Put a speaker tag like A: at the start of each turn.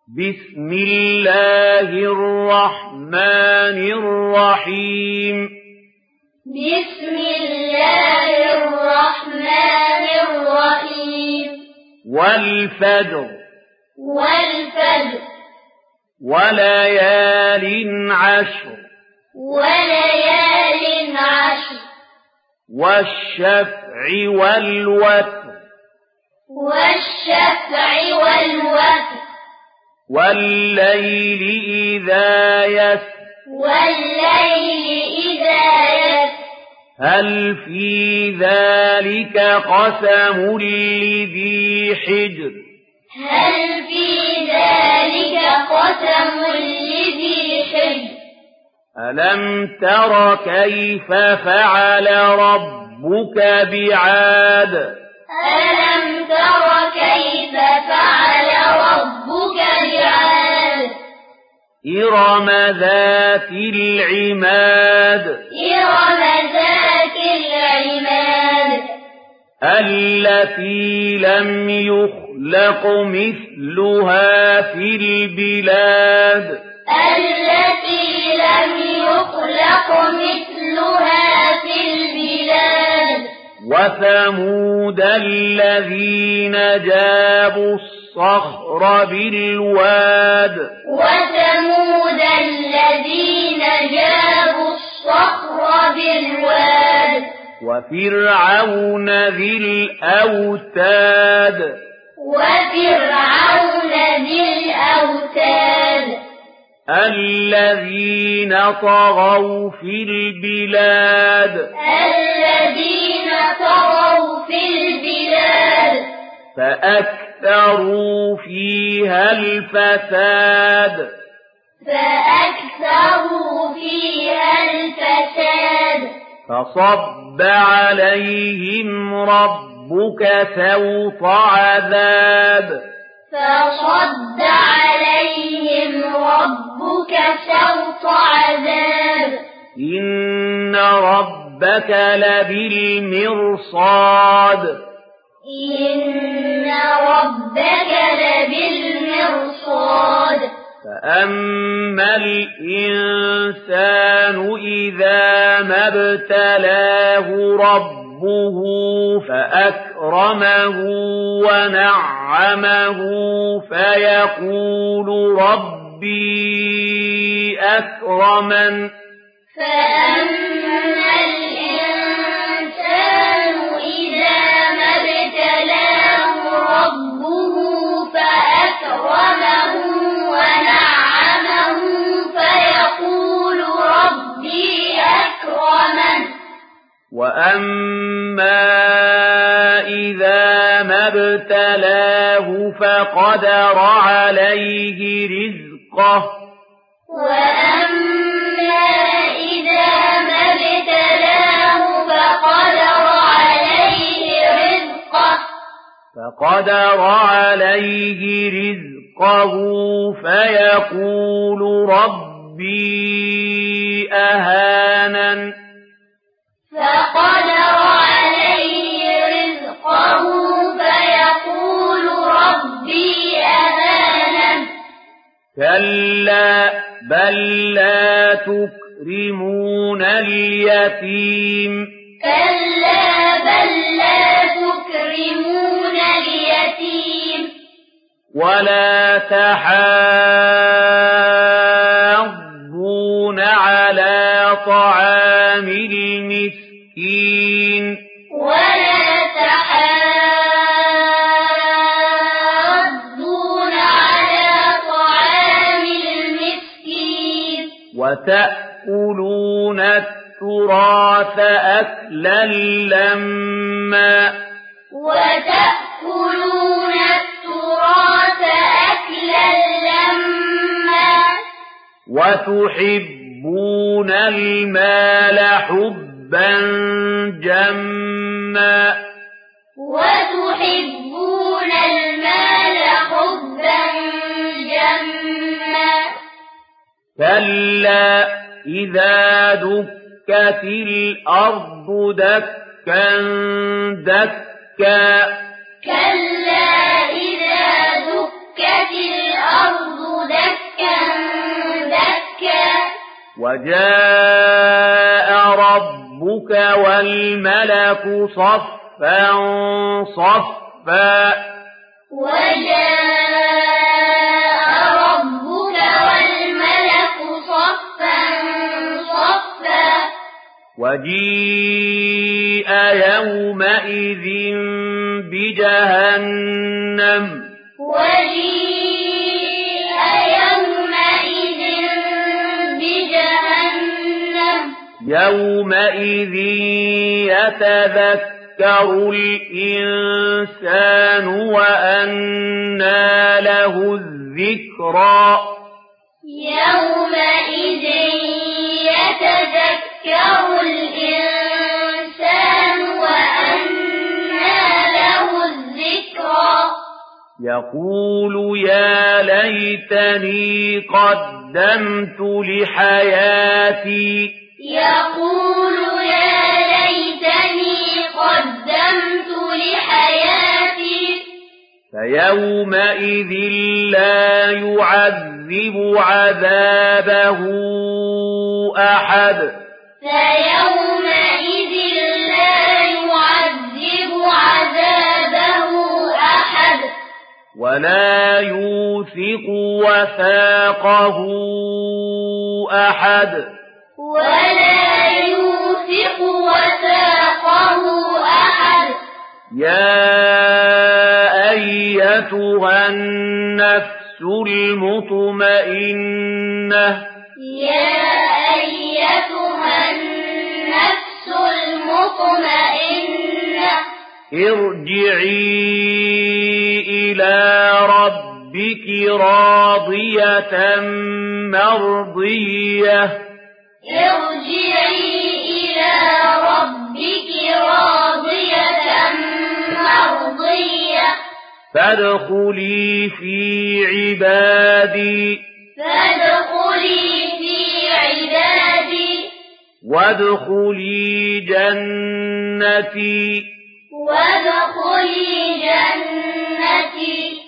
A: بسم الله الرحمن الرحيم
B: بسم الله الرحمن الرحيم
A: والفجر وليال عشر والشفع والوتر والليل إذا يسر هل في ذلك قسم لذي حجر ألم تر كيف فعل ربك بعاد إرم ذات العماد التي لم يخلق مثلها في البلاد وثمود الذين جابوا الصخر بالواد وفرعون ذي الأوتاد الذين طغوا في البلاد فأكثروا فيها الفساد فصب عليهم ربك سوط عذاب إن ربك لبالمرصاد فأما الإنسان إذا ما ابتلاه ربه فأكرمه ونعمه فيقول ربي أكرمن وأما إذا ما ابتلاه فقدر عليه رزقه فيقول ربي أهانن كلا بل لا تكرمون اليتيم ولا تحاضون على طعام المسكين وتأكلون التراث أكلا لما وتحبون المال حبا جما كلا إذا دكت الأرض دكا دكا
B: كلا إذا دكت الأرض
A: وجاء ربك والملك صفا صفا
B: وجاء ربك والملك صفا صفا
A: وجيء يومئذ بجهنم
B: وجيء يومئذ بجهنم
A: يومئذ يتذكر الإنسان وأنى له الذكرى
B: يومئذ يتذكر الإنسان وأنى له الذكرى
A: يقول يا ليتني قدمت لحياتي
B: يقول يا ليتني قدمت لحياتي
A: فيومئذ لا يعذب عذابه أحد
B: فيومئذ لا يعذب عذابه أحد
A: ولا يوثق وثاقه أحد
B: ولا يوثق وثاقه أحد
A: يا أيتها النفس المطمئنة
B: يا أيتها النفس المطمئنة
A: ارجعي إلى ربك راضية مرضية
B: ارجعي إلى ربك راضية مرضية
A: فادخلي في عبادي
B: فادخلي في عبادي
A: وادخلي جنتي
B: وادخلي جنتي